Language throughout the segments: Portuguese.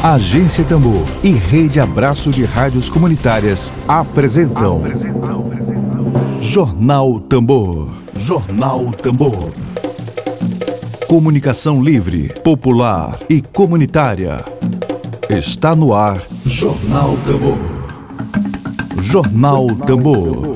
Agência Tambor e Rede Abraço de Rádios Comunitárias apresentam Jornal Tambor. Jornal Tambor. Comunicação livre, popular e comunitária. Está no ar Jornal Tambor. Jornal Tambor.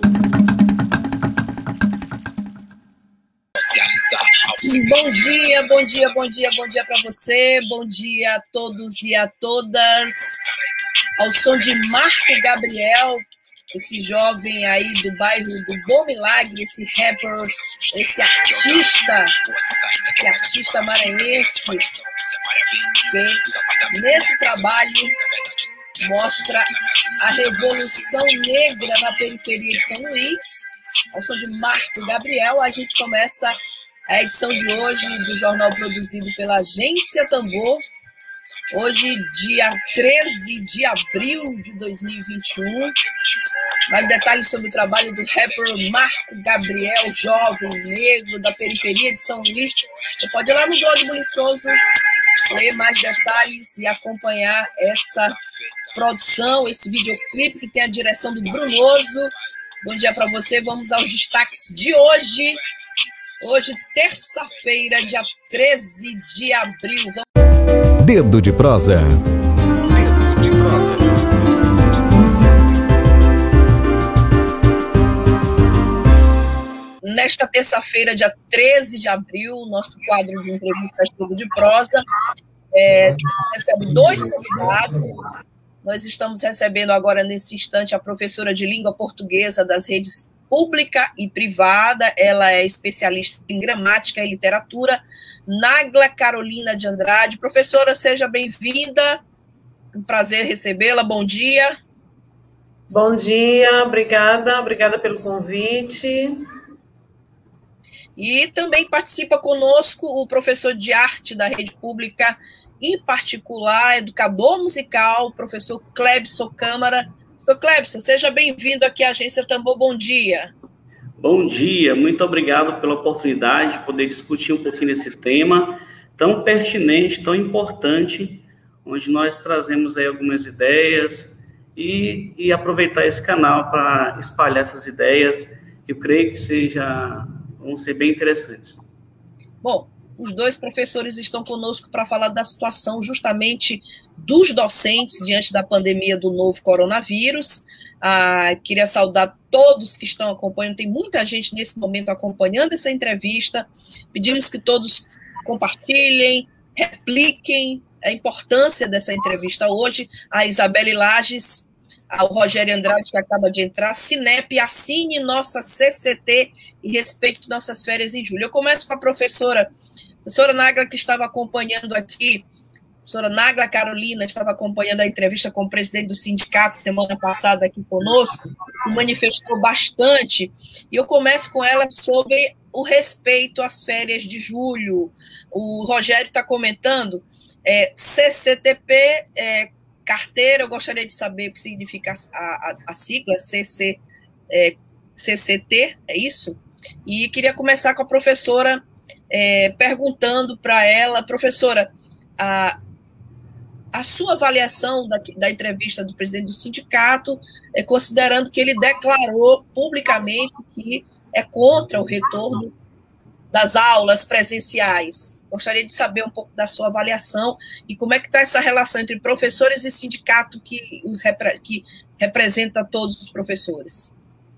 Bom dia para você, bom dia a todos e a todas. Ao som de Marco Gabriel, esse jovem aí do bairro do Bom Milagre, esse rapper, esse artista maranhense, que nesse trabalho mostra a revolução negra na periferia de São Luís. Ao som de Marco Gabriel, a gente começa a edição de hoje do jornal produzido pela Agência Tambor. Hoje, dia 13 de abril de 2021. Mais detalhes sobre o trabalho do rapper Marco Gabriel, jovem negro da periferia de São Luís. Você pode ir lá no blog Buliçoso, ler mais detalhes e acompanhar essa produção, esse videoclipe que tem a direção do Brunoso. Bom dia para você. Vamos aos destaques de hoje. Hoje, terça-feira, dia 13 de abril. Dedo de prosa. Dedo de prosa. Nesta terça-feira, dia 13 de abril, nosso quadro de entrevistas Dedo de prosa recebe dois convidados. Nós estamos recebendo agora, nesse instante, a professora de língua portuguesa das redes pública e privada. Ela é especialista em gramática e literatura, Nágla Carolina de Andrade. Professora, seja bem-vinda, um prazer recebê-la, bom dia. Bom dia, obrigada pelo convite. E também participa conosco o professor de arte da rede pública, em particular, educador musical, professor Clebson Câmara. Sr. Clebson, seja bem-vindo aqui à Agência Tambor, bom dia. Bom dia, muito obrigado pela oportunidade de poder discutir um pouquinho desse tema tão pertinente, tão importante, onde nós trazemos aí algumas ideias e aproveitar esse canal para espalhar essas ideias, que eu creio que vão ser bem interessantes. Bom, os dois professores estão conosco para falar da situação justamente dos docentes diante da pandemia do novo coronavírus. Queria saudar todos que estão acompanhando, tem muita gente nesse momento acompanhando essa entrevista. Pedimos que todos compartilhem, repliquem a importância dessa entrevista hoje. A Isabelle Lages, ao Rogério Andrade, que acaba de entrar, Cinep, assine nossa CCT e respeite nossas férias em julho. Eu começo com a professora Nágla, que estava acompanhando aqui, professora Nágla Carolina, estava acompanhando a entrevista com o presidente do sindicato semana passada aqui conosco, se manifestou bastante, e eu começo com ela sobre o respeito às férias de julho. O Rogério está comentando, CCTP, carteira, eu gostaria de saber o que significa a sigla, CCT, é isso? E queria começar com a professora, perguntando para ela, professora, a sua avaliação da entrevista do presidente do sindicato, considerando que ele declarou publicamente que é contra o retorno das aulas presenciais. Gostaria de saber um pouco da sua avaliação e como é que está essa relação entre professores e sindicato que representa todos os professores.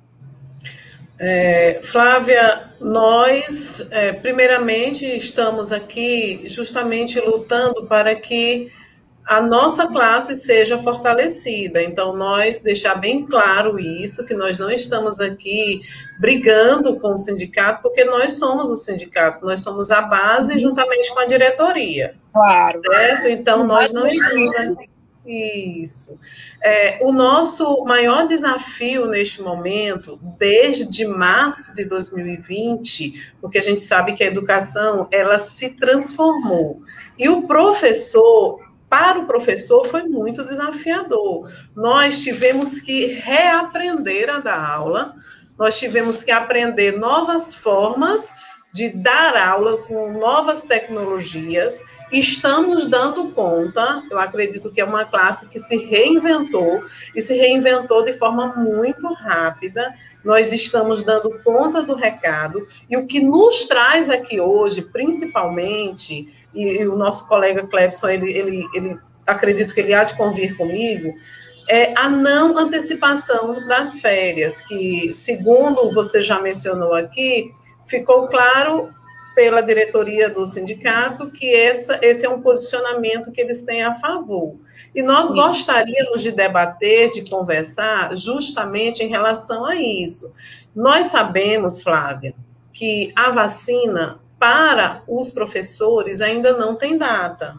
Flávia, nós, primeiramente, estamos aqui justamente lutando para que a nossa classe seja fortalecida. Então, nós deixar bem claro isso, que nós não estamos aqui brigando com o sindicato, porque nós somos o sindicato, nós somos a base juntamente com a diretoria. Claro. Certo? Então, nós não estamos aqui. Isso. O nosso maior desafio neste momento, desde março de 2020, porque a gente sabe que a educação, ela se transformou. E para o professor, foi muito desafiador. Nós tivemos que reaprender a dar aula, nós tivemos que aprender novas formas de dar aula com novas tecnologias, estamos dando conta, eu acredito que é uma classe que se reinventou, e se reinventou de forma muito rápida. Nós estamos dando conta do recado, e o que nos traz aqui hoje, principalmente, e o nosso colega Clebson, ele acredito que ele há de convir comigo, é a não antecipação das férias, que, segundo você já mencionou aqui, ficou claro pela diretoria do sindicato que esse é um posicionamento que eles têm a favor. E nós gostaríamos de debater, de conversar justamente em relação a isso. Nós sabemos, Flávia, que a vacina para os professores ainda não tem data,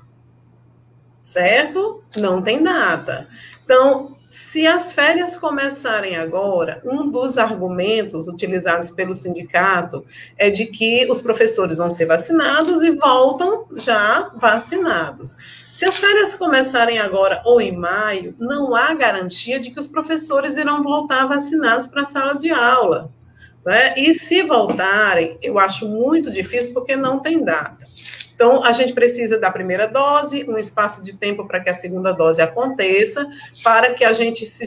certo? Não tem data. Então, se as férias começarem agora, um dos argumentos utilizados pelo sindicato é de que os professores vão ser vacinados e voltam já vacinados. Se as férias começarem agora ou em maio, não há garantia de que os professores irão voltar vacinados para a sala de aula, né? E se voltarem, eu acho muito difícil porque não tem data. Então, a gente precisa da primeira dose, um espaço de tempo para que a segunda dose aconteça, para que a gente se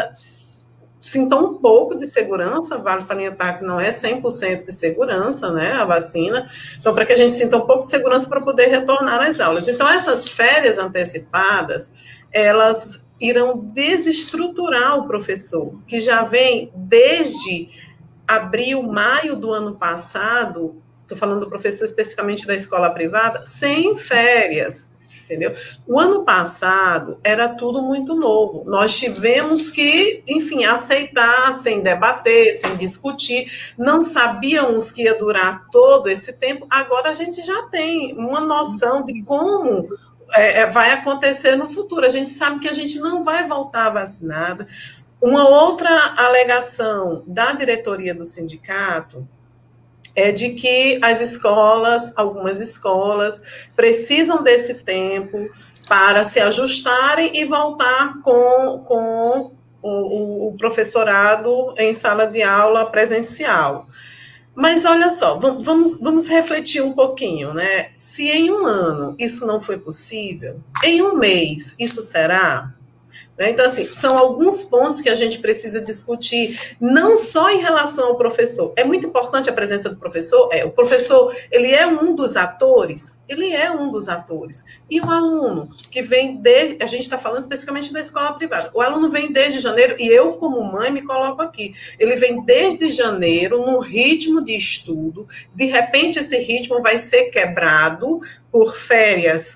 sinta um pouco de segurança, vale salientar que não é 100% de segurança, né, a vacina, então, para que a gente sinta um pouco de segurança para poder retornar às aulas. Então, essas férias antecipadas, elas irão desestruturar o professor, que já vem desde abril, maio do ano passado, estou falando do professor especificamente da escola privada, sem férias, entendeu? O ano passado era tudo muito novo. Nós tivemos que, enfim, aceitar, sem debater, sem discutir. Não sabíamos que ia durar todo esse tempo. Agora a gente já tem uma noção de como vai acontecer no futuro. A gente sabe que a gente não vai voltar vacinada. Uma outra alegação da diretoria do sindicato é de que as escolas, algumas escolas, precisam desse tempo para se ajustarem e voltar com o professorado em sala de aula presencial. Mas olha só, vamos refletir um pouquinho, né? Se em um ano isso não foi possível, em um mês isso será? Então, assim, são alguns pontos que a gente precisa discutir, não só em relação ao professor. É muito importante a presença do professor? O professor, ele é um dos atores? Ele é um dos atores. E o aluno, que vem desde... A gente está falando especificamente da escola privada. O aluno vem desde janeiro, e eu, como mãe, me coloco aqui. Ele vem desde janeiro, num ritmo de estudo. De repente, esse ritmo vai ser quebrado por férias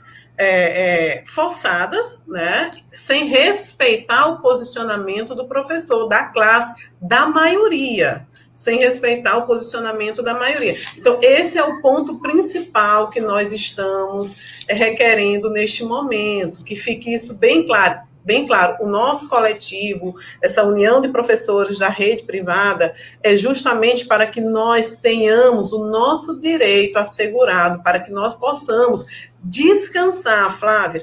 forçadas, né, sem respeitar o posicionamento do professor, da classe, da maioria, sem respeitar o posicionamento da maioria. Então, esse é o ponto principal que nós estamos requerendo neste momento, que fique isso bem claro. Bem claro, o nosso coletivo, essa união de professores da rede privada, é justamente para que nós tenhamos o nosso direito assegurado, para que nós possamos descansar, Flávia.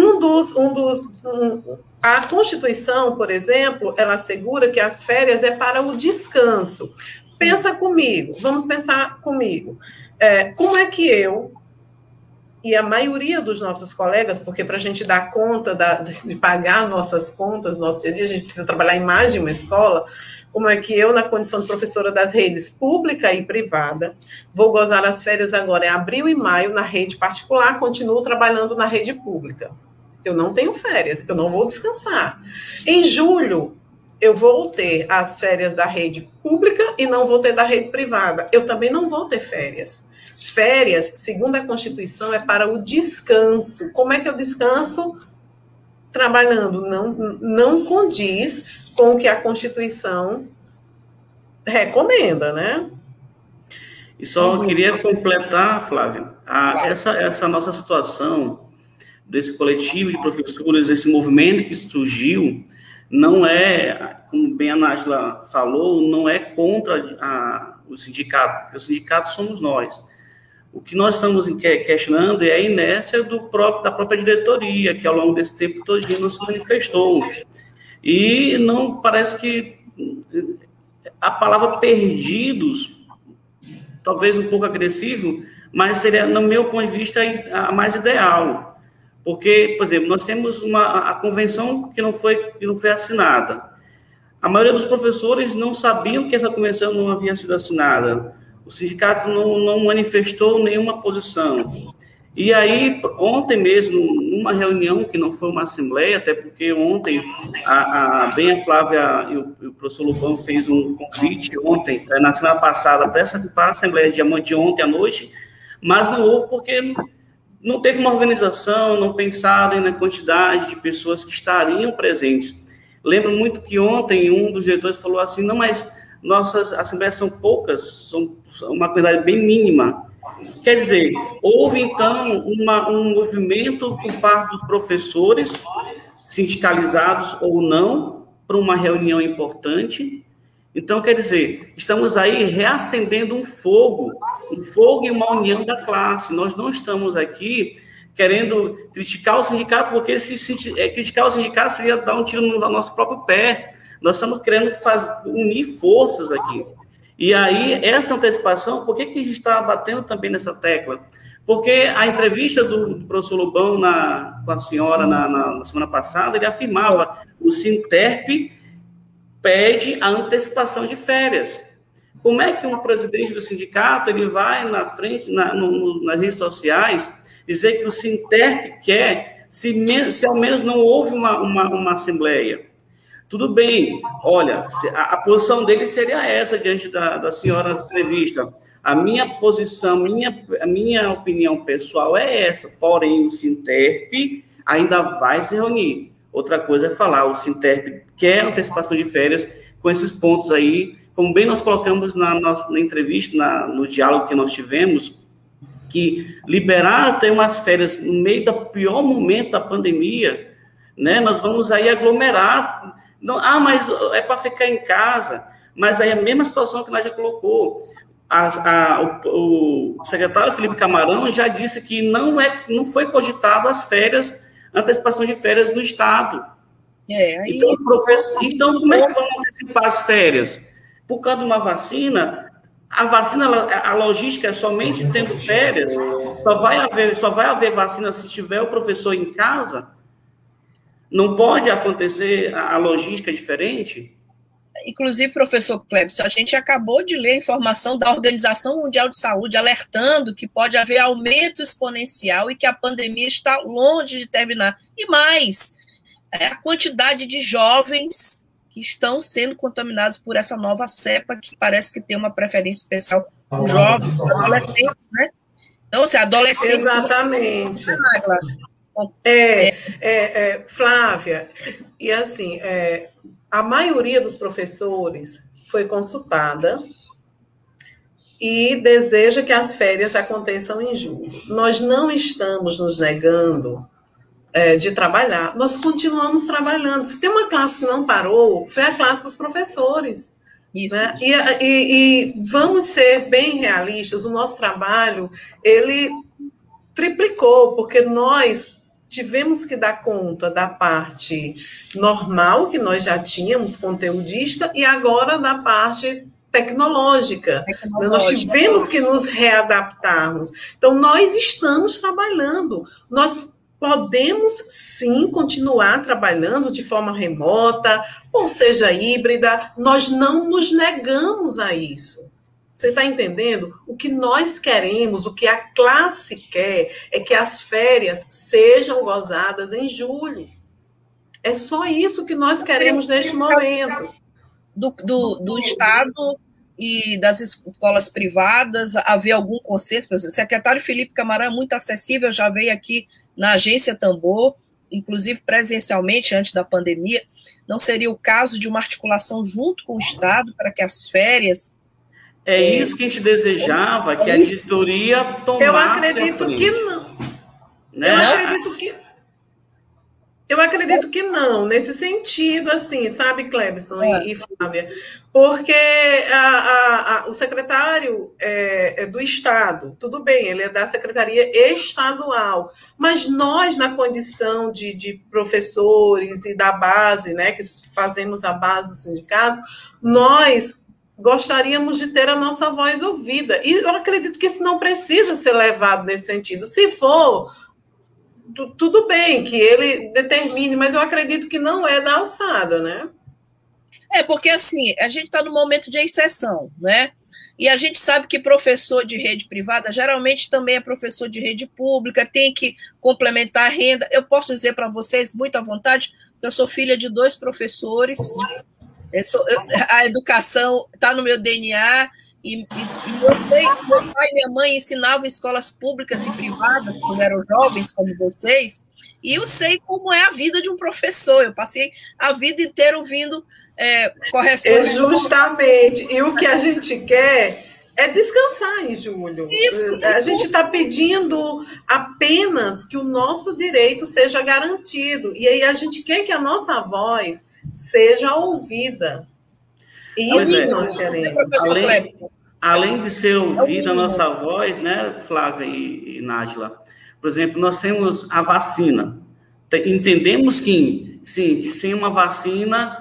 A Constituição, por exemplo, ela assegura que as férias é para o descanso. Pensa comigo, vamos pensar comigo. Como é que eu e a maioria dos nossos colegas, porque para a gente dar conta de pagar nossas contas, nosso dia a dia, a gente precisa trabalhar em mais de uma escola, como é que eu, na condição de professora das redes pública e privada, vou gozar as férias agora em abril e maio na rede particular, continuo trabalhando na rede pública. Eu não tenho férias, eu não vou descansar. Em julho, eu vou ter as férias da rede pública e não vou ter da rede privada. Eu também não vou ter férias. Férias, segundo a Constituição, é para o descanso. Como é que eu descanso? Trabalhando. Não condiz com o que a Constituição recomenda, né? E só queria completar, Flávia, essa nossa situação desse coletivo de professores, esse movimento que surgiu, não é, como bem a Nájila falou, não é contra o sindicato, porque o sindicato somos nós. O que nós estamos questionando é a inércia da própria diretoria, que ao longo desse tempo todinho não se manifestou. E não parece que a palavra perdidos, talvez um pouco agressivo, mas seria, no meu ponto de vista, a mais ideal. Porque, por exemplo, nós temos a convenção que não foi assinada. A maioria dos professores não sabiam que essa convenção não havia sido assinada. O sindicato não manifestou nenhuma posição. E aí, ontem mesmo, numa reunião, que não foi uma assembleia, até porque ontem a Flávia e o professor Lobão fez um convite ontem, na semana passada, para a assembleia de ontem à noite, mas não houve porque não teve uma organização, não pensaram na quantidade de pessoas que estariam presentes. Lembro muito que ontem um dos diretores falou assim, não, mas nossas assembleias são poucas, são uma quantidade bem mínima. Quer dizer, houve, então, um movimento por parte dos professores, sindicalizados ou não, para uma reunião importante. Então, quer dizer, estamos aí reacendendo um fogo e uma união da classe. Nós não estamos aqui querendo criticar o sindicato, porque criticar o sindicato seria dar um tiro no nosso próprio pé. Nós estamos querendo unir forças aqui. E aí, essa antecipação, por que a gente está batendo também nessa tecla? Porque a entrevista do professor Lobão com a senhora na semana passada, ele afirmava que o Sinterp pede a antecipação de férias. Como é que um presidente do sindicato ele vai na frente, nas redes sociais, dizer que o Sinterp quer, se ao menos não houve uma assembleia? Tudo bem, olha, a posição dele seria essa diante da senhora entrevista. A minha posição, a minha opinião pessoal é essa, porém o Sinterp ainda vai se reunir. Outra coisa é falar, o Sinterp quer antecipação de férias com esses pontos aí, como bem nós colocamos na entrevista, no diálogo que nós tivemos, que liberar até umas férias no meio do pior momento da pandemia, né, nós vamos aí aglomerar. Não, mas é para ficar em casa. Mas aí a mesma situação que nós já colocou. O secretário Felipe Camarão já disse que não foi cogitado as férias, antecipação de férias no Estado. Aí... Então, como é que vão antecipar as férias? Por causa de uma vacina, a logística é somente tendo férias, só vai haver vacina se tiver o professor em casa. Não pode acontecer a logística diferente? Inclusive, professor Clebson, a gente acabou de ler a informação da Organização Mundial de Saúde alertando que pode haver aumento exponencial e que a pandemia está longe de terminar. E mais, a quantidade de jovens que estão sendo contaminados por essa nova cepa, que parece que tem uma preferência especial por jovens, adolescentes, né? Então, assim, adolescentes... Exatamente. Flávia, e assim, a maioria dos professores foi consultada e deseja que as férias aconteçam em julho. Nós não estamos nos negando de trabalhar, nós continuamos trabalhando. Se tem uma classe que não parou, foi a classe dos professores. Isso. Né? E vamos ser bem realistas, o nosso trabalho, ele triplicou, porque nós tivemos que dar conta da parte normal, que nós já tínhamos, conteudista, e agora da parte tecnológica. Nós tivemos que nos readaptarmos. Então, nós estamos trabalhando. Nós podemos, sim, continuar trabalhando de forma remota, ou seja, híbrida. Nós não nos negamos a isso. Você está entendendo? O que nós queremos, o que a classe quer, é que as férias sejam gozadas em julho. É só isso que nós queremos neste momento. Do Estado e das escolas privadas, haver algum consenso? O secretário Felipe Camarão é muito acessível, já veio aqui na Agência Tambor, inclusive presencialmente antes da pandemia. Não seria o caso de uma articulação junto com o Estado para que as férias... É isso que a gente desejava, que a diretoria tomasse. Eu acredito que não. Né? Eu acredito que não, nesse sentido, assim, sabe, Clebson e Flávia? Porque o secretário é do Estado, tudo bem, ele é da Secretaria Estadual, mas nós, na condição de professores e da base, né, que fazemos a base do sindicato, nós gostaríamos de ter a nossa voz ouvida. E eu acredito que isso não precisa ser levado nesse sentido. Se for, tudo bem que ele determine, mas eu acredito que não é da alçada, né? Porque assim, a gente está no momento de exceção, né? E a gente sabe que professor de rede privada geralmente também é professor de rede pública, tem que complementar a renda. Eu posso dizer para vocês, muito à vontade, que eu sou filha de 2 professores, a educação está no meu DNA, e eu sei que meu pai e minha mãe ensinavam em escolas públicas e privadas, quando eram jovens como vocês, e eu sei como é a vida de um professor. Eu passei a vida inteira ouvindo correspondência. Justamente. E o que a gente quer é descansar em julho. Isso. A gente está pedindo apenas que o nosso direito seja garantido. E aí a gente quer que a nossa voz seja ouvida. Isso nós queremos. Além de ser ouvida a nossa voz, né, Flávia e Nájila? Por exemplo, nós temos a vacina. Entendemos que, sim, que sem uma vacina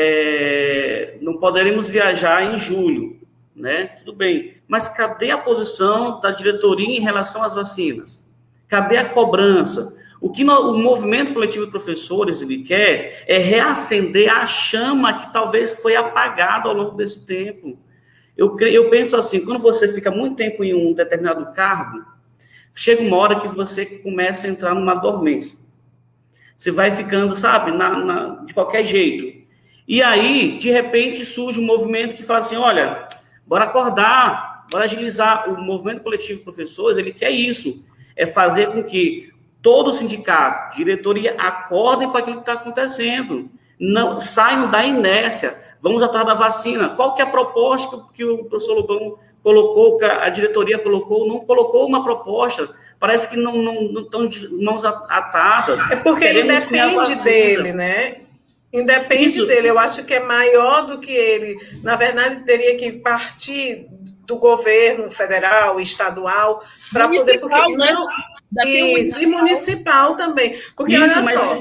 não poderemos viajar em julho, né? Tudo bem. Mas cadê a posição da diretoria em relação às vacinas? Cadê a cobrança? O que o movimento coletivo de professores ele quer é reacender a chama que talvez foi apagada ao longo desse tempo. Eu penso assim, quando você fica muito tempo em um determinado cargo, chega uma hora que você começa a entrar numa dormência. Você vai ficando, sabe, de qualquer jeito. E aí, de repente, surge um movimento que fala assim, olha, bora acordar, bora agilizar. O movimento coletivo de professores, ele quer isso, é fazer com que todo o sindicato, diretoria, acordem para aquilo que está acontecendo, não saiam da inércia, vamos atrás da vacina. Qual que é a proposta que o professor Lobão colocou, que a diretoria colocou? Não colocou uma proposta, parece que não estão de mãos atadas. É porque independe dele, né? Independe dele, eu acho que é maior do que ele. Na verdade, teria que partir do governo federal, estadual, para poder... Porque, né? Isso, e municipal também. Porque, olha só,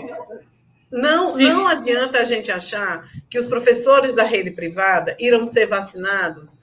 não adianta a gente achar que os professores da rede privada irão ser vacinados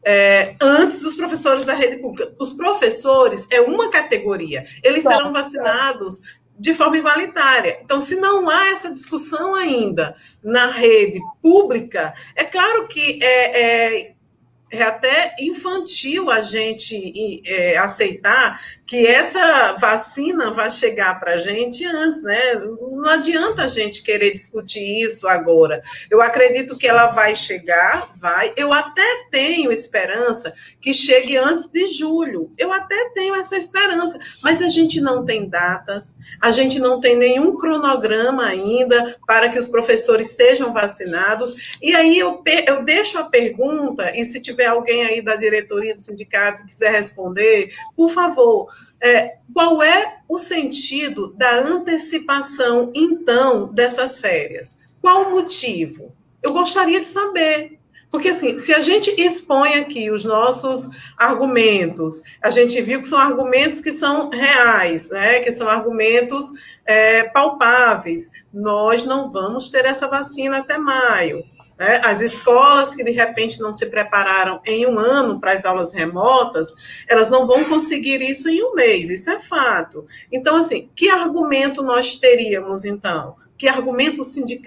antes dos professores da rede pública. Os professores é uma categoria, eles serão vacinados de forma igualitária. Então, se não há essa discussão ainda na rede pública, é claro que é até infantil a gente aceitar que essa vacina vai chegar para a gente antes, né? Não adianta a gente querer discutir isso agora. Eu acredito que ela vai chegar, eu até tenho esperança que chegue antes de julho. Eu até tenho essa esperança, mas a gente não tem datas, a gente não tem nenhum cronograma ainda para que os professores sejam vacinados. E aí eu deixo a pergunta, e se tiver alguém aí da diretoria do sindicato que quiser responder, por favor, qual é o sentido da antecipação, então, dessas férias? Qual o motivo? Eu gostaria de saber. Porque, assim, se a gente expõe aqui os nossos argumentos, a gente viu que são argumentos que são reais, né? Que são argumentos palpáveis. Nós não vamos ter essa vacina até maio. As escolas que, de repente, não se prepararam em um ano para as aulas remotas, elas não vão conseguir isso em um mês, isso é fato. Então, assim, que argumento nós teríamos, então? Que argumento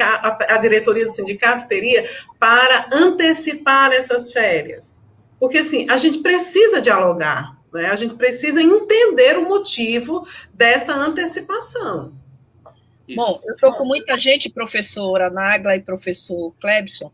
a diretoria do sindicato teria para antecipar essas férias? Porque, assim, a gente precisa dialogar, né? A gente precisa entender o motivo dessa antecipação. Bom, eu estou com muita gente, professora Nájila e professor Clebson,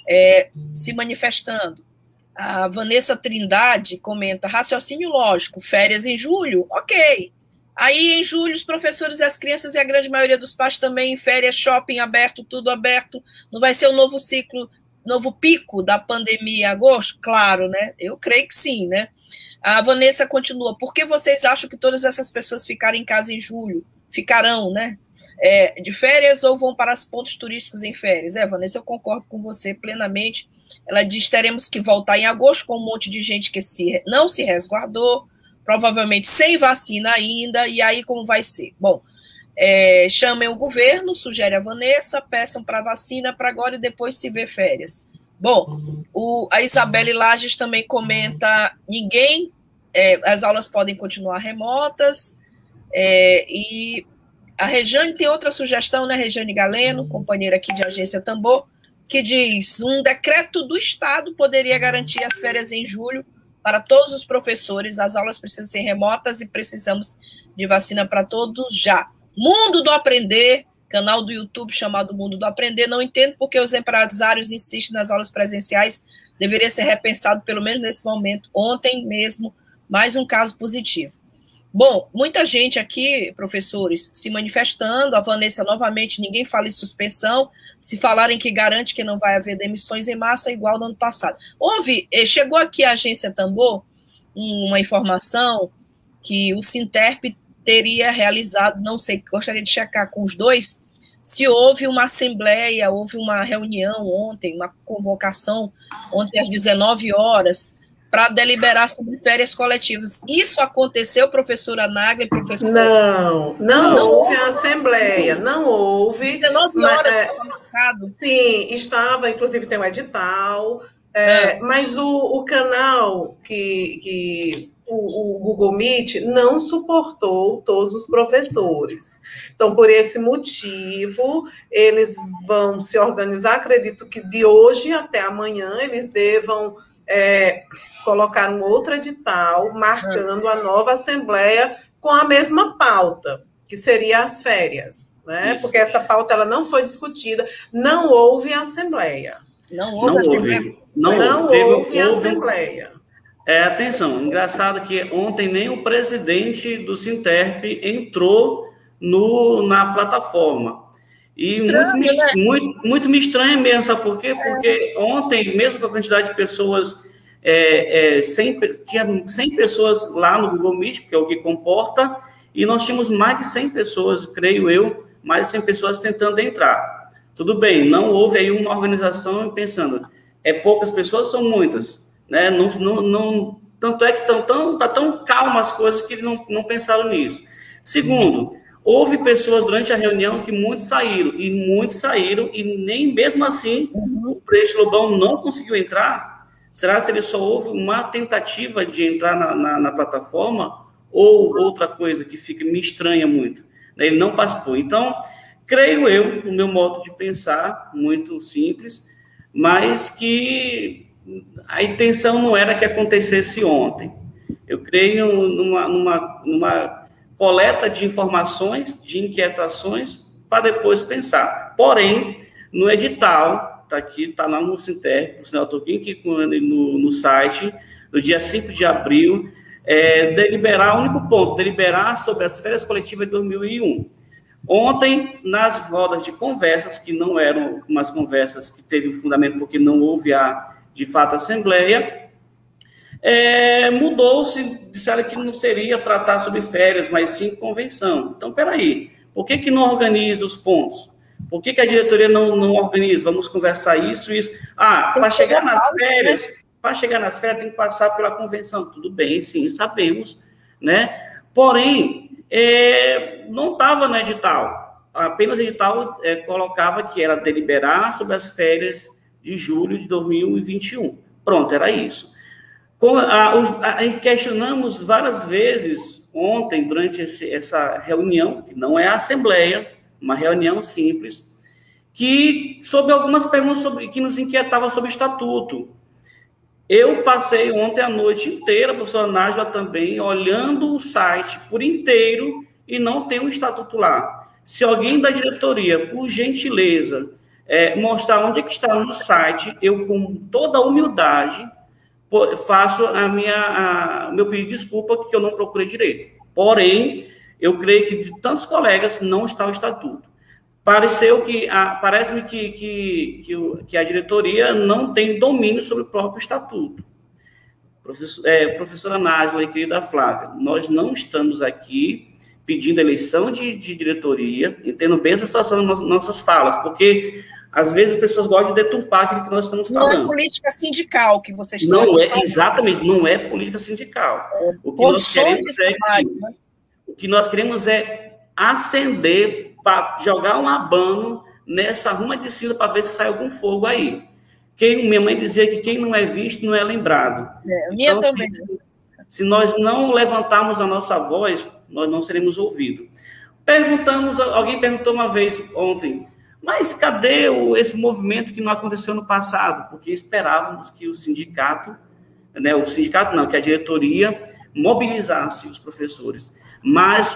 se manifestando. A Vanessa Trindade comenta, raciocínio lógico, férias em julho, ok. Aí, em julho, os professores e as crianças e a grande maioria dos pais também em férias, shopping aberto, tudo aberto. Não vai ser o novo ciclo, novo pico da pandemia em agosto? Claro, né? Eu creio que sim, né? A Vanessa continua, por que vocês acham que todas essas pessoas ficaram em casa em julho? Ficarão, né? De férias ou vão para os pontos turísticos em férias? Vanessa, eu concordo com você plenamente. Ela diz, teremos que voltar em agosto com um monte de gente que não se resguardou, provavelmente sem vacina ainda, e aí como vai ser? Bom, chamem o governo, sugere a Vanessa, peçam para vacina para agora e depois se vê férias. Bom, a Isabelle Lages também comenta, as aulas podem continuar remotas, e a Rejane tem outra sugestão, né, Rejane Galeno, companheira aqui de Agência Tambor, que diz, um decreto do Estado poderia garantir as férias em julho para todos os professores, as aulas precisam ser remotas e precisamos de vacina para todos já. Mundo do Aprender, canal do YouTube chamado Mundo do Aprender, não entendo porque os empresários insistem nas aulas presenciais, deveria ser repensado pelo menos nesse momento. Ontem mesmo, mais um caso positivo. Bom, muita gente aqui, professores, se manifestando, a Vanessa novamente, ninguém fala em suspensão, se falarem que garante que não vai haver demissões em massa igual no ano passado. Chegou aqui a Agência Tambor uma informação que o Sinterp teria realizado, não sei, gostaria de checar com os dois, se houve uma assembleia, houve uma reunião ontem, uma convocação ontem às 19 horas, para deliberar sobre férias coletivas. Isso aconteceu, professora Nagla e professor... Não houve a assembleia, não houve. 19 horas estava marcado. Sim, estava, inclusive tem um edital, mas o canal o Google Meet não suportou todos os professores. Então, por esse motivo, eles vão se organizar, acredito que de hoje até amanhã eles devam colocar um outro edital, marcando a nova assembleia com a mesma pauta, que seria as férias, né? Porque essa pauta ela não foi discutida, não houve assembleia. Não houve assembleia. Atenção, engraçado que ontem nem o presidente do Sinterp entrou na plataforma. E muito me estranha mesmo, sabe por quê? Porque ontem, mesmo com a quantidade de pessoas, tinha 100 pessoas lá no Google Meet, que é o que comporta, e nós tínhamos mais de 100 pessoas, creio eu, mais de 100 pessoas tentando entrar. Tudo bem, não houve aí uma organização pensando, poucas pessoas, são muitas, né? Tanto é que tá tão calma as coisas que não pensaram nisso. Segundo, houve pessoas durante a reunião que muitos saíram, e nem mesmo assim o presidente Lobão não conseguiu entrar. Será que ele só houve uma tentativa de entrar na plataforma ou outra coisa que me estranha muito? Ele não participou. Então, creio eu, no meu modo de pensar, muito simples, mas que a intenção não era que acontecesse ontem. Eu creio numa coleta de informações, de inquietações, para depois pensar. Porém, no edital, está lá no Sinterp, o sinal Toquinho, que no site, no dia 5 de abril, deliberar, o único ponto, deliberar sobre as férias coletivas de 2001. Ontem, nas rodas de conversas, que não eram umas conversas que teve fundamento porque não houve de fato, assembleia, mudou-se, disseram que não seria tratar sobre férias, mas sim convenção. Então, peraí, por que não organiza os pontos? Por que a diretoria não organiza? Vamos conversar isso. Para chegar nas férias, tem que passar pela convenção. Tudo bem, sim, sabemos, né? Porém, não estava no edital. Apenas o edital colocava que era deliberar sobre as férias de julho de 2021. Pronto, era isso. Questionamos várias vezes ontem, durante essa reunião, que não é a assembleia, uma reunião simples, sobre algumas perguntas que nos inquietavam sobre o estatuto. Eu passei ontem a noite inteira, a professora Nájila também, olhando o site por inteiro e não tem um estatuto lá. Se alguém da diretoria, por gentileza, mostrar onde é que está no site, eu, com toda a humildade, faço meu pedido de desculpa porque eu não procurei direito. Porém, eu creio que de tantos colegas não está o estatuto. Parece-me que a diretoria não tem domínio sobre o próprio estatuto. Professora Nájila e querida Flávia, nós não estamos aqui pedindo eleição de diretoria, entendo bem essa situação nas nossas falas, porque às vezes as pessoas gostam de deturpar aquilo que nós estamos falando. Não é política sindical que vocês estão falando. Exatamente, não é política sindical. O que nós queremos é acender, para jogar um abano nessa ruma de cinza para ver se sai algum fogo aí. Minha mãe dizia que quem não é visto não é lembrado. Minha então, também. Se nós não levantarmos a nossa voz, nós não seremos ouvidos. Alguém perguntou uma vez ontem, mas cadê esse movimento que não aconteceu no passado? Porque esperávamos que o sindicato, que a diretoria mobilizasse os professores. Mas,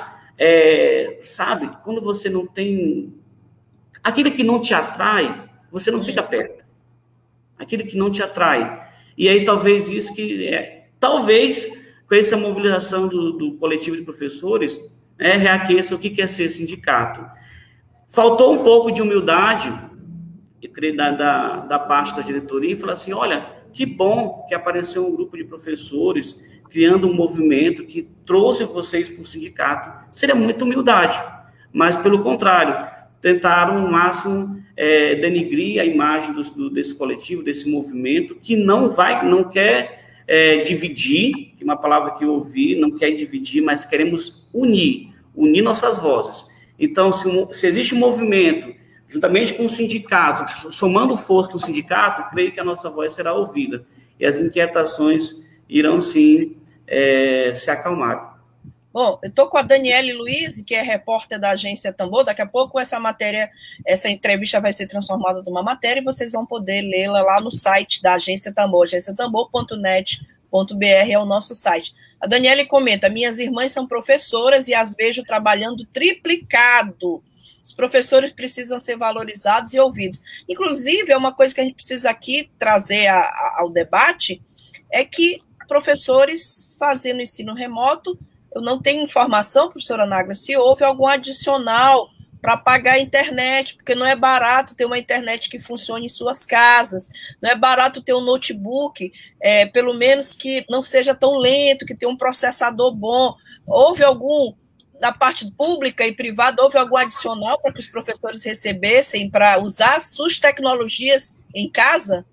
sabe, quando você não tem... Aquilo que não te atrai, você não fica perto. Aquilo que não te atrai. E aí, talvez isso talvez, com essa mobilização do coletivo de professores, reaqueça o que é ser sindicato. Faltou um pouco de humildade, eu creio, da parte da diretoria, e falar assim, olha, que bom que apareceu um grupo de professores criando um movimento que trouxe vocês para o sindicato. Seria muita humildade, mas, pelo contrário, tentaram, no máximo, denigrir a imagem desse coletivo, desse movimento, que não quer dividir, que é uma palavra que eu ouvi, não quer dividir, mas queremos unir nossas vozes. Então, se existe um movimento, juntamente com o sindicato, somando força com o sindicato, creio que a nossa voz será ouvida, e as inquietações irão, sim, se acalmar. Bom, eu estou com a Daniele Luiz, que é repórter da Agência Tambor. Daqui a pouco essa entrevista vai ser transformada numa matéria e vocês vão poder lê-la lá no site da Agência Tambor, agenciatambor.net.br é o nosso site. A Daniele comenta, minhas irmãs são professoras e as vejo trabalhando triplicado. Os professores precisam ser valorizados e ouvidos. Inclusive, é uma coisa que a gente precisa aqui trazer ao debate, é que professores fazendo ensino remoto, eu não tenho informação, professora Náglia, se houve algum adicional para pagar a internet, porque não é barato ter uma internet que funcione em suas casas, não é barato ter um notebook, pelo menos que não seja tão lento, que tenha um processador bom. Houve algum, da parte pública e privada, houve algum adicional para que os professores recebessem para usar suas tecnologias em casa?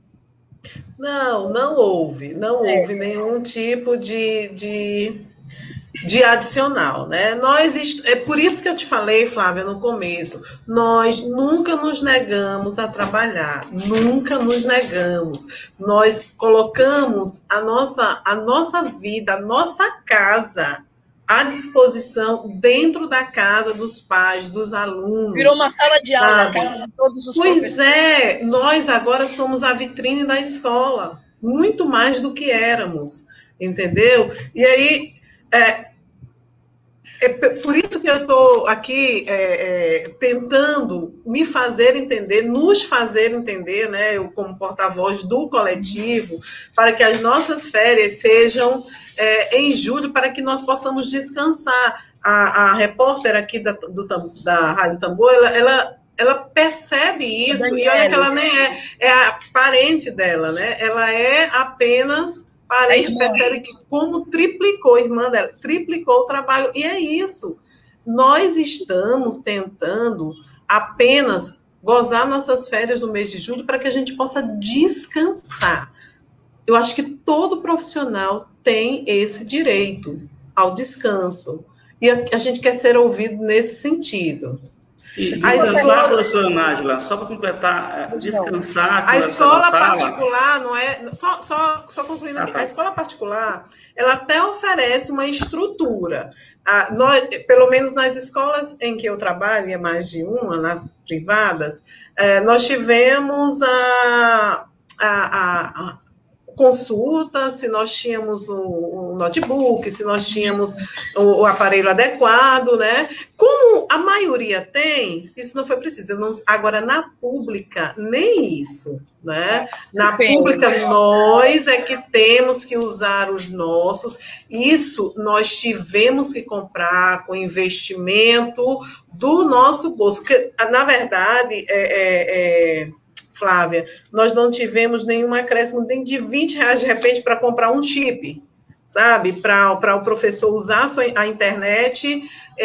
Não houve nenhum tipo de adicional, né? É por isso que eu te falei, Flávia, no começo, nós nunca nos negamos a trabalhar, nunca nos negamos. Nós colocamos a nossa vida, a nossa casa à disposição dentro da casa dos pais, dos alunos. Virou uma sala de aula, de todos os professores. Nós agora somos a vitrine da escola, muito mais do que éramos, entendeu? E aí, por isso que eu estou aqui tentando me fazer entender, nos fazer entender, né, eu como porta-voz do coletivo, para que as nossas férias sejam em julho, para que nós possamos descansar. A repórter aqui da Rádio Tambor, ela percebe isso, Daniele. E olha que ela nem é a parente dela, né? Ela é apenas parente, percebe que como triplicou, a irmã dela, triplicou o trabalho, e é isso. Nós estamos tentando apenas gozar nossas férias no mês de julho para que a gente possa descansar. Eu acho que todo profissional tem esse direito ao descanso, e a gente quer ser ouvido nesse sentido. E descansar, professora Náglia, só para completar, descansar... A escola particular, não é... Só concluindo aqui, a escola particular, ela até oferece uma estrutura. Pelo menos nas escolas em que eu trabalho, e é mais de uma, nas privadas, nós tivemos a consulta, se nós tínhamos um notebook, se nós tínhamos o aparelho adequado, né? Como a maioria tem, isso não foi preciso. Agora, na pública, nem isso, né? Na pública, nós é que temos que usar os nossos. Isso nós tivemos que comprar com investimento do nosso bolso. Porque, na verdade, Flávia, nós não tivemos nenhum acréscimo nem de R$20 de repente para comprar um chip, sabe? Para o professor usar a internet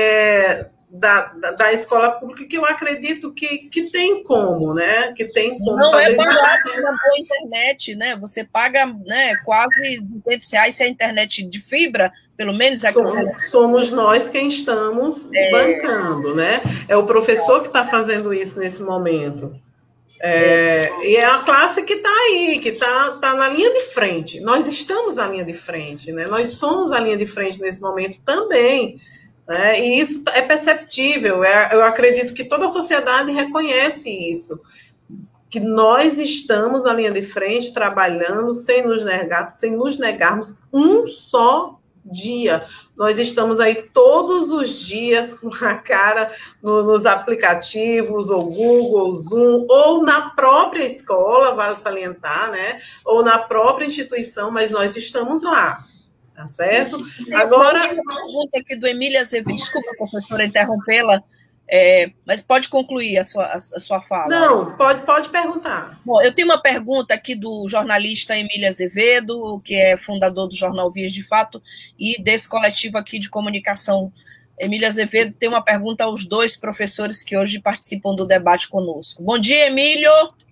da escola pública, que eu acredito que tem como, né? Que tem como não fazer é barato uma boa internet, né? Você paga, né, quase R$200 se a internet de fibra, pelo menos aqui. Somos nós quem estamos bancando, né? É o professor que está fazendo isso nesse momento. E é a classe que está aí, que está na linha de frente. Nós estamos na linha de frente, né? Nós somos a linha de frente nesse momento também. Né? E isso é perceptível. Eu acredito que toda a sociedade reconhece isso. Que nós estamos na linha de frente, trabalhando, sem nos negarmos um só dia. Nós estamos aí todos os dias com a cara nos aplicativos, ou Google, ou Zoom, ou na própria escola, vale salientar, né? Ou na própria instituição, mas nós estamos lá, tá certo? Agora, uma pergunta aqui do Emília Azevedo. Desculpa, professora, interrompê-la. Mas pode concluir a sua fala. Não, pode perguntar. Bom, eu tenho uma pergunta aqui do jornalista Emília Azevedo, que é fundador do jornal Vias de Fato e desse coletivo aqui de comunicação. Emília Azevedo tem uma pergunta aos dois professores que hoje participam do debate conosco. Bom dia, Emílio.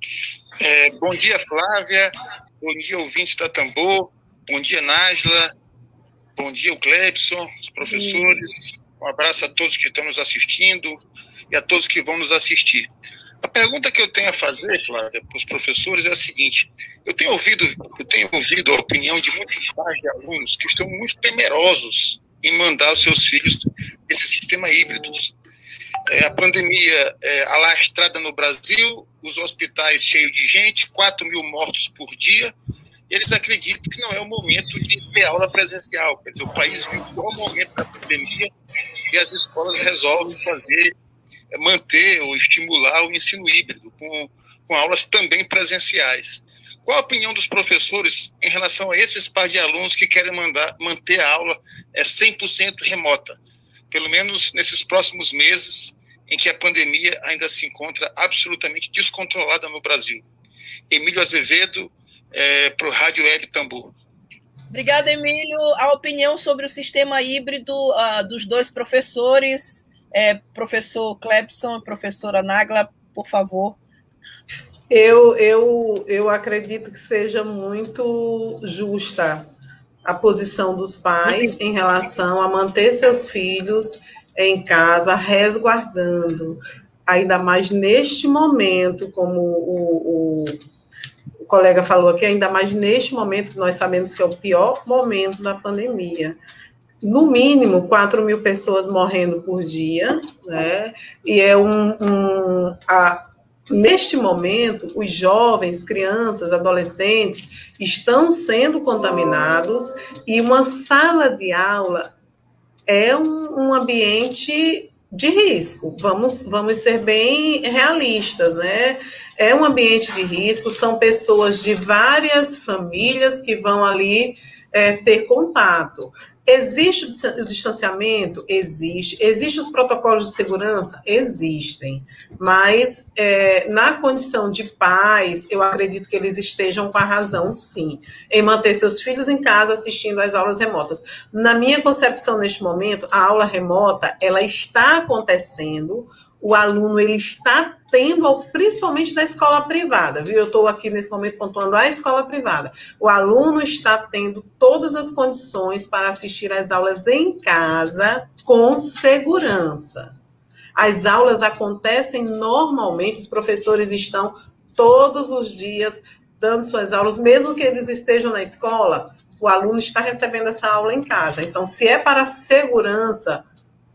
Bom dia, Flávia. Bom dia, ouvintes da Tambor. Bom dia, Nájila. Bom dia, o Clebson, os professores. Um abraço a todos que estão nos assistindo e a todos que vão nos assistir. A pergunta que eu tenho a fazer, Flávia, para os professores é a seguinte: eu tenho ouvido a opinião de muitos pais de alunos que estão muito temerosos em mandar os seus filhos esse sistema híbrido. A pandemia alastrada no Brasil, os hospitais cheios de gente, 4 mil mortos por dia, e eles acreditam que não é o momento de ter aula presencial. Quer dizer, o país vive o momento da pandemia e as escolas resolvem manter ou estimular o ensino híbrido, com aulas também presenciais. Qual a opinião dos professores em relação a esses pais de alunos que querem manter a aula 100% remota, pelo menos nesses próximos meses em que a pandemia ainda se encontra absolutamente descontrolada no Brasil? Emílio Azevedo, para o Rádio L Tambor. Obrigada, Emílio. A opinião sobre o sistema híbrido dos dois professores, professor Clebson e professora Nájila, por favor. Eu acredito que seja muito justa a posição dos pais em relação a manter seus filhos em casa, resguardando, ainda mais neste momento, como o colega falou aqui, ainda mais neste momento que nós sabemos que é o pior momento da pandemia. No mínimo, 4 mil pessoas morrendo por dia, né? E neste momento, os jovens, crianças, adolescentes estão sendo contaminados e uma sala de aula é um ambiente de risco. Vamos ser bem realistas, né? É um ambiente de risco, são pessoas de várias famílias que vão ali ter contato. Existe o distanciamento? Existe. Existem os protocolos de segurança? Existem. Mas, na condição de pais, eu acredito que eles estejam com a razão, sim, em manter seus filhos em casa assistindo às aulas remotas. Na minha concepção, neste momento, a aula remota, ela está acontecendo, o aluno, ele está tendo, principalmente da escola privada, viu? Eu estou aqui nesse momento pontuando a escola privada. O aluno está tendo todas as condições para assistir às aulas em casa com segurança. As aulas acontecem normalmente, os professores estão todos os dias dando suas aulas, mesmo que eles estejam na escola, o aluno está recebendo essa aula em casa. Então, se é para segurança,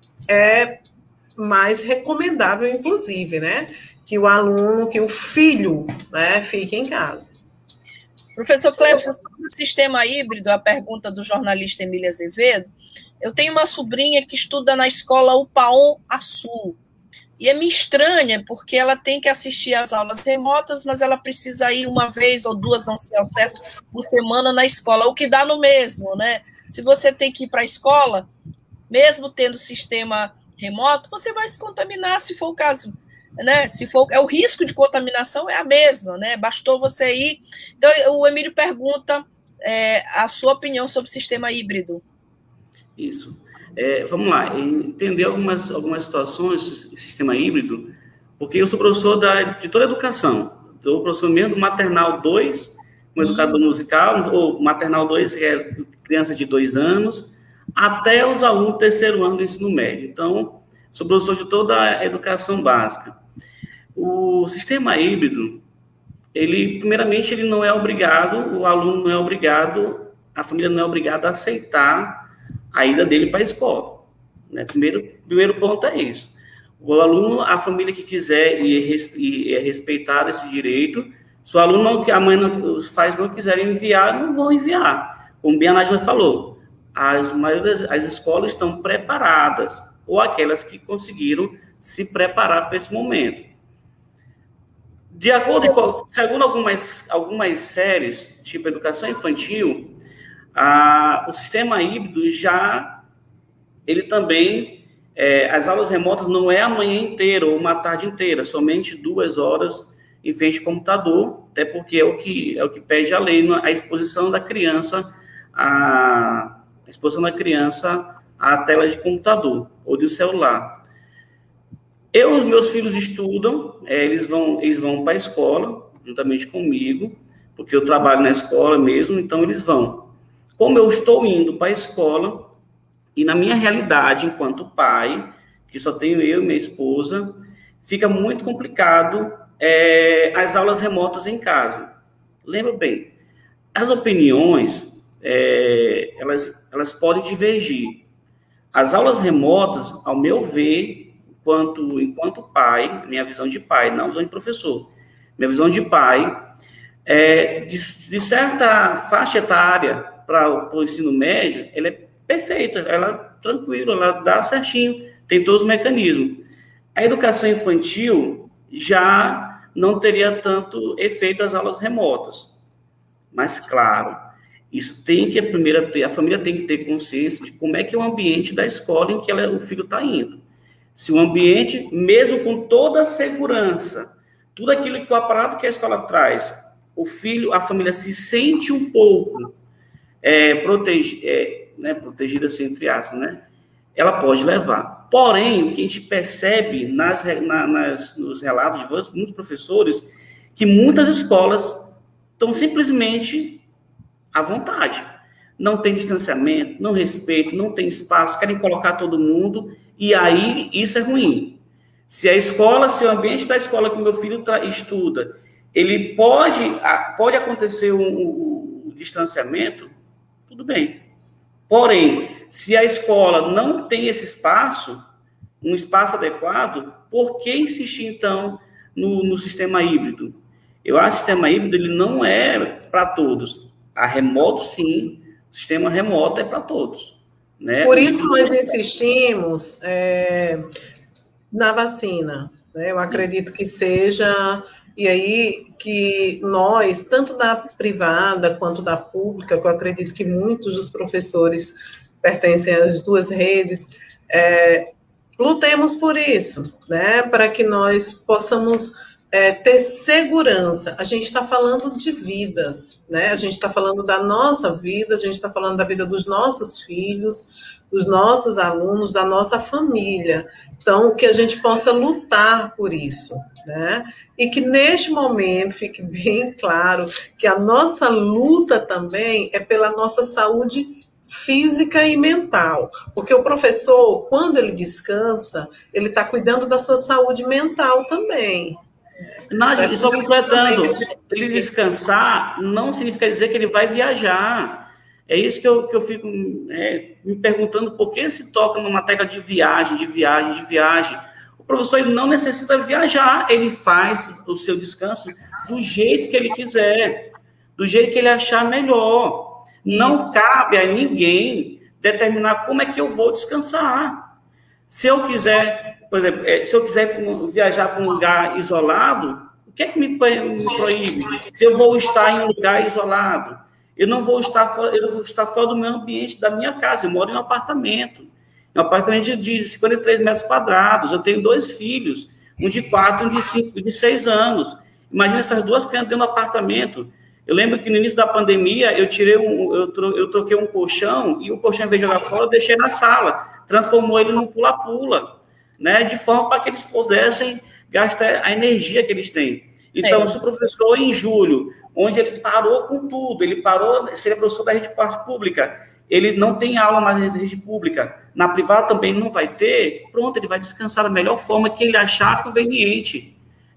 é mais recomendável, inclusive, né, que o aluno, que o filho, né, fique em casa. Professor Clebson, sobre o sistema híbrido, a pergunta do jornalista Emília Azevedo, eu tenho uma sobrinha que estuda na escola UPAON Açu, e é meio estranha, porque ela tem que assistir às aulas remotas, mas ela precisa ir uma vez ou duas, não sei ao certo, por semana na escola, o que dá no mesmo, né? Se você tem que ir para a escola, mesmo tendo sistema remoto, você vai se contaminar, se for o caso, né? O risco de contaminação é a mesma, né? Bastou você ir. Então, o Emílio pergunta a sua opinião sobre o sistema híbrido. Isso. Vamos lá, entender algumas situações, sistema híbrido, porque eu sou professor de toda a educação. Sou professor mesmo do Maternal 2, um educador musical, ou Maternal 2, que é criança de 2 anos, até os alunos do 3º ano do ensino médio. Então, sou professor de toda a educação básica. O sistema híbrido, primeiramente, ele não é obrigado, o aluno não é obrigado, a família não é obrigada a aceitar a ida dele para a escola, né? Primeiro ponto é isso. O aluno, a família que quiser e é respeitar esse direito. Se o aluno, os pais não quiserem enviar, não vão enviar. Como bem a Nájila falou, as escolas estão preparadas, ou aquelas que conseguiram se preparar para esse momento. De acordo com, segundo algumas séries, tipo educação infantil, o sistema híbrido ele também, as aulas remotas não é a manhã inteira ou uma tarde inteira, somente 2 horas em frente ao computador, até porque é o que pede a lei, a exposição da criança à tela de computador ou de celular. Os meus filhos estudam, eles vão para a escola, juntamente comigo, porque eu trabalho na escola mesmo, então eles vão. Como eu estou indo para a escola, e na minha realidade, enquanto pai, que só tenho eu e minha esposa, fica muito complicado as aulas remotas em casa. Lembra bem, as opiniões, elas podem divergir. As aulas remotas, ao meu ver, enquanto pai, minha visão de pai, não visão de professor, minha visão de pai, de certa faixa etária para o ensino médio, ela é perfeita, ela é tranquila, ela dá certinho, tem todos os mecanismos. A educação infantil já não teria tanto efeito as aulas remotas. Mas, claro, isso tem que a família tem que ter consciência de como é que é o ambiente da escola em que o filho está indo. Se o ambiente, mesmo com toda a segurança, tudo aquilo que o aparato que a escola traz, a família se sente um pouco protegida, assim, entre aspas, né? Ela pode levar. Porém, o que a gente percebe nos relatos de muitos professores, que muitas escolas estão simplesmente à vontade. Não tem distanciamento, não respeito, não tem espaço, querem colocar todo mundo, e aí isso é ruim. Se o ambiente da escola que o meu filho estuda, ele pode acontecer um distanciamento, tudo bem. Porém, se a escola não tem esse espaço, um espaço adequado, por que insistir, então, no sistema híbrido? Eu acho que o sistema híbrido ele não é para todos. A remoto, sim. O sistema remoto é para todos. Né? Por isso nós insistimos na vacina. Né? Eu acredito que seja... E aí que nós, tanto da privada quanto da pública, que eu acredito que muitos dos professores pertencem às duas redes, lutemos por isso, né? Para que nós possamos ter segurança. A gente está falando de vidas, né? A gente está falando da nossa vida, a gente está falando da vida dos nossos filhos, dos nossos alunos, da nossa família. Então, que a gente possa lutar por isso, né? E que neste momento fique bem claro que a nossa luta também é pela nossa saúde física e mental. Porque o professor, quando ele descansa, ele está cuidando da sua saúde mental também. Nájila, só completando, ele descansar não significa dizer que ele vai viajar. É isso que eu fico me perguntando, por que se toca numa tecla de viagem. O professor ele não necessita viajar, ele faz o seu descanso do jeito que ele quiser, do jeito que ele achar melhor. Isso. Não cabe a ninguém determinar como é que eu vou descansar. Se eu quiser, por exemplo, viajar para um lugar isolado, o que é que me proíbe? Se eu vou estar em um lugar isolado, eu não vou estar fora do meu ambiente, da minha casa. Eu moro em um apartamento de 53 metros quadrados. Eu tenho 2 filhos, um de 4 e um de 5 e de 6 anos. Imagina essas 2 crianças dentro do apartamento. Eu lembro que no início da pandemia, eu troquei um colchão, e o colchão, em vez de jogar fora, eu deixei na sala. Transformou ele num pula-pula, né? De forma para que eles pudessem gastar a energia que eles têm. Então, se o professor, em julho, onde ele parou com tudo, seria professor da rede pública, ele não tem aula mais na rede pública, na privada também não vai ter, pronto, ele vai descansar da melhor forma que ele achar conveniente.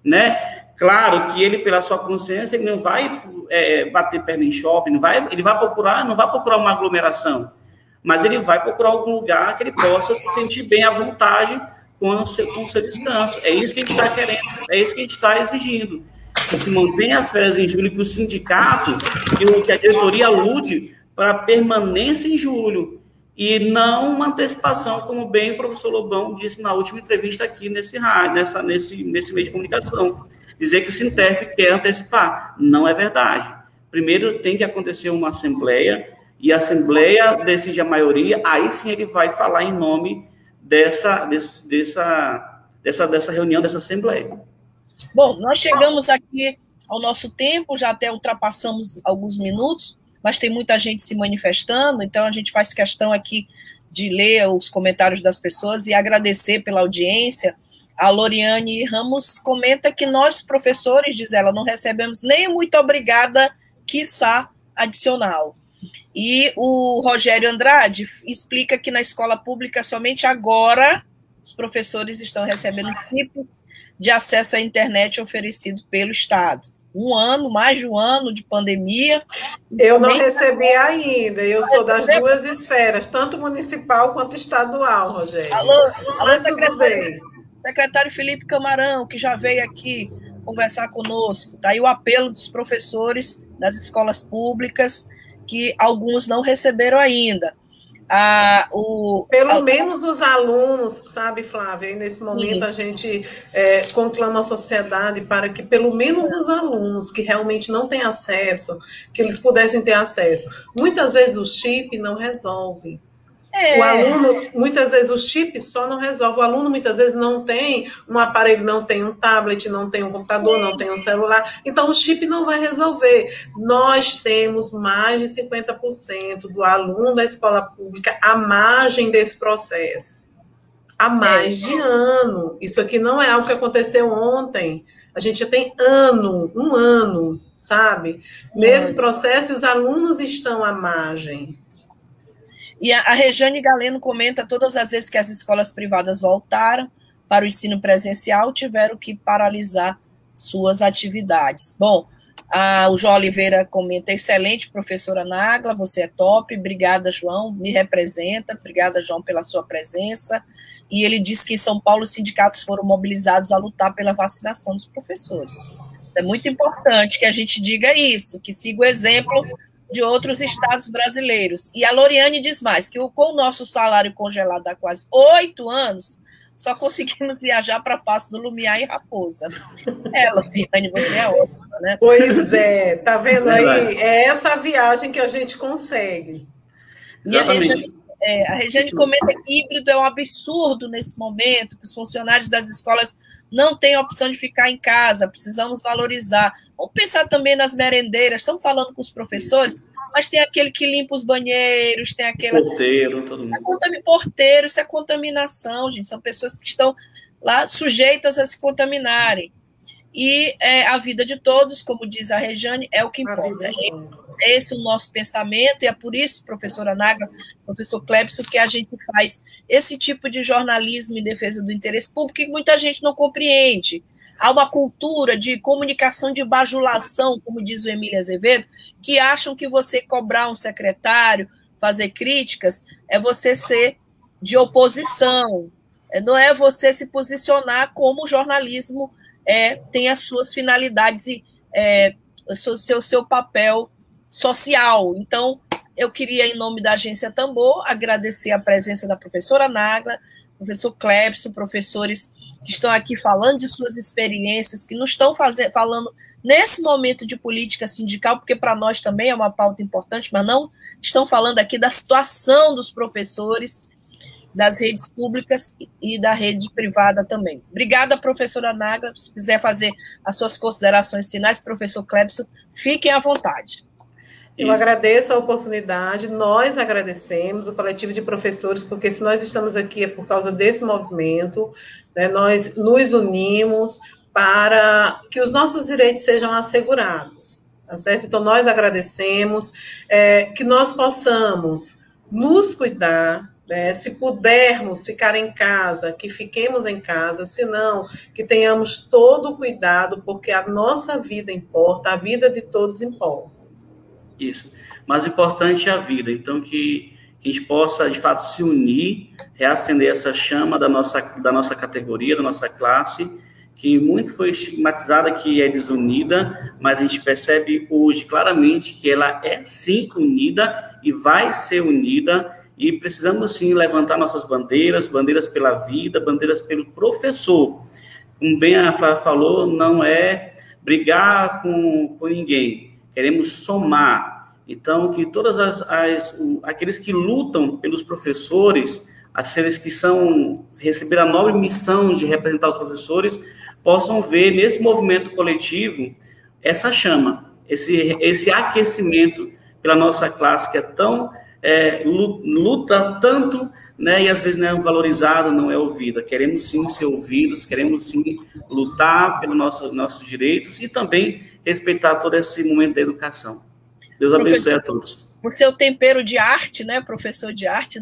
né? Claro que ele, pela sua consciência, ele não vai bater perna em shopping, não vai procurar uma aglomeração, mas ele vai procurar algum lugar que ele possa se sentir bem à vontade com o seu descanso. É isso que a gente está querendo, é isso que a gente está exigindo. Que se mantenha as férias em julho, que o sindicato, que a diretoria lute para permanência em julho, e não uma antecipação, como bem o professor Lobão disse na última entrevista aqui nesse meio de comunicação. Dizer que o Sinterp quer antecipar. Não é verdade. Primeiro tem que acontecer uma assembleia, e a assembleia decide a maioria, aí sim ele vai falar em nome dessa reunião, dessa assembleia. Bom, nós chegamos aqui ao nosso tempo, já até ultrapassamos alguns minutos, mas tem muita gente se manifestando, então a gente faz questão aqui de ler os comentários das pessoas e agradecer pela audiência. A Loriane Ramos comenta que nós, professores, diz ela, não recebemos nem muito obrigada, quiçá adicional. E o Rogério Andrade explica que na escola pública, somente agora, os professores estão recebendo tipos de acesso à internet oferecido pelo Estado. Mais de um ano de pandemia. Eu não recebi ainda, eu sou das duas esferas, tanto municipal quanto estadual, Rogério. Alô, secretário Felipe Camarão, que já veio aqui conversar conosco. Está aí o apelo dos professores das escolas públicas, que alguns não receberam ainda. Pelo menos os alunos, sabe, Flávia, e nesse momento sim, a gente conclama a sociedade para que pelo menos os alunos que realmente não têm acesso, que eles pudessem ter acesso. Muitas vezes o chip não resolve. O aluno, muitas vezes o chip só não resolve. O aluno muitas vezes não tem um aparelho, não tem um tablet, não tem um computador, não tem um celular. Então o chip não vai resolver. Nós temos mais de 50% do aluno da escola pública à margem desse processo. Há mais de ano. Isso aqui não é algo que aconteceu ontem. A gente já tem um ano, sabe? Nesse processo, os alunos estão à margem. E a Rejane Galeno comenta, todas as vezes que as escolas privadas voltaram para o ensino presencial, tiveram que paralisar suas atividades. Bom, o João Oliveira comenta, excelente, professora Nagla, você é top, obrigada, João, me representa, obrigada, João, pela sua presença. E ele diz que em São Paulo os sindicatos foram mobilizados a lutar pela vacinação dos professores. É muito importante que a gente diga isso, que siga o exemplo de outros estados brasileiros. E a Loriane diz mais, que com o nosso salário congelado há quase 8 anos, só conseguimos viajar para Passo do Lumiar e Raposa. Loriane, você é ótima, né? Pois é, tá vendo aí? É essa viagem que a gente consegue. E a Regiane comenta que híbrido é um absurdo nesse momento, que os funcionários das escolas não têm a opção de ficar em casa, precisamos valorizar. Vamos pensar também nas merendeiras, estamos falando com os professores, mas tem aquele que limpa os banheiros, tem aquele... Porteiro, todo mundo. Porteiro, isso é contaminação, gente, são pessoas que estão lá sujeitas a se contaminarem. E a vida de todos, como diz a Regiane, é o que importa. É esse o nosso pensamento, e é por isso, professora Nagla, professor Clebson, que a gente faz esse tipo de jornalismo em defesa do interesse público que muita gente não compreende. Há uma cultura de comunicação de bajulação, como diz o Emílio Azevedo, que acham que você cobrar um secretário, fazer críticas, é você ser de oposição, não é você se posicionar como o jornalismo tem as suas finalidades e seu papel social. Então, eu queria, em nome da Agência Tambor, agradecer a presença da professora Nagla, professor Clebson, professores que estão aqui falando de suas experiências, que não estão falando nesse momento de política sindical, porque para nós também é uma pauta importante, mas não estão falando aqui da situação dos professores das redes públicas e da rede privada também. Obrigada, professora Nagla. Se quiser fazer as suas considerações finais, professor Clebson, fiquem à vontade. Eu agradeço a oportunidade, nós agradecemos, o coletivo de professores, porque se nós estamos aqui é por causa desse movimento, né, nós nos unimos para que os nossos direitos sejam assegurados, tá certo? Então, nós agradecemos que nós possamos nos cuidar, né? Se pudermos ficar em casa, que fiquemos em casa, se não, que tenhamos todo o cuidado, porque a nossa vida importa, a vida de todos importa. Isso. Mas importante é a vida. Então, que a gente possa, de fato, se unir, reacender essa chama da nossa categoria, da nossa classe, que muito foi estigmatizada, que é desunida, mas a gente percebe hoje claramente que ela é, sim, unida e vai ser unida, e precisamos, sim, levantar nossas bandeiras pela vida, bandeiras pelo professor. Como bem a Flávia falou, não é brigar com ninguém, queremos somar. Então, que todas aqueles que lutam pelos professores, aqueles que receberam a nobre missão de representar os professores, possam ver nesse movimento coletivo essa chama, esse aquecimento pela nossa classe, que é tão, luta tanto, né, e às vezes não é valorizado, não é ouvida. Queremos sim ser ouvidos, queremos sim lutar pelos nossos direitos e também respeitar todo esse momento da educação. Deus abençoe a todos. O seu tempero de arte, né, professor de arte,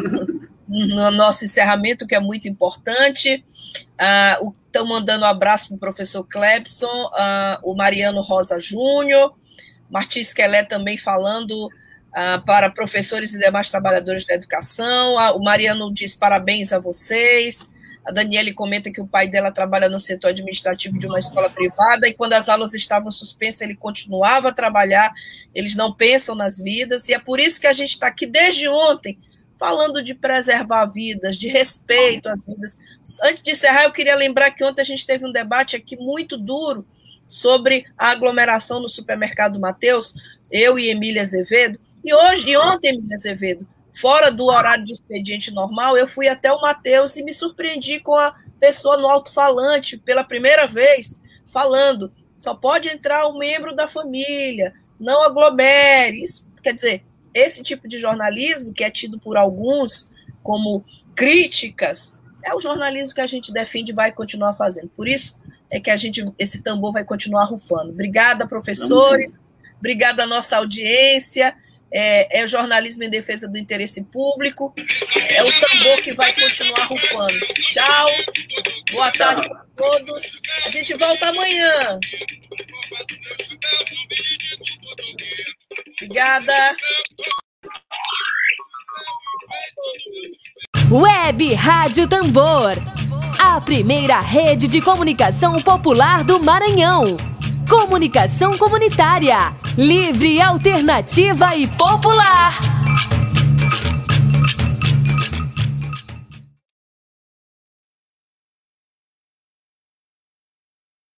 no nosso encerramento, que é muito importante. Estão mandando um abraço para o professor Clebson, o Mariano Rosa Júnior, Martins Quelé também falando para professores e demais trabalhadores da educação. O Mariano diz parabéns a vocês. A Daniele comenta que o pai dela trabalha no setor administrativo de uma escola privada e quando as aulas estavam suspensas, ele continuava a trabalhar. Eles não pensam nas vidas e é por isso que a gente está aqui desde ontem falando de preservar vidas, de respeito às vidas. Antes de encerrar, eu queria lembrar que ontem a gente teve um debate aqui muito duro sobre a aglomeração no supermercado Mateus, eu e Emília Azevedo, e ontem, Emília Azevedo, fora do horário de expediente normal, eu fui até o Mateus e me surpreendi com a pessoa no alto-falante, pela primeira vez, falando, só pode entrar um membro da família, não aglomere. Isso, quer dizer, esse tipo de jornalismo, que é tido por alguns como críticas, é o jornalismo que a gente defende e vai continuar fazendo. Por isso é que esse tambor vai continuar rufando. Obrigada, professores. Obrigada à nossa audiência. É o jornalismo em defesa do interesse público. É o tambor que vai continuar rufando. Tchau. Boa tarde para todos. A gente volta amanhã. Obrigada. Web Rádio Tambor, a primeira rede de comunicação popular do Maranhão. Comunicação comunitária, livre, alternativa e popular.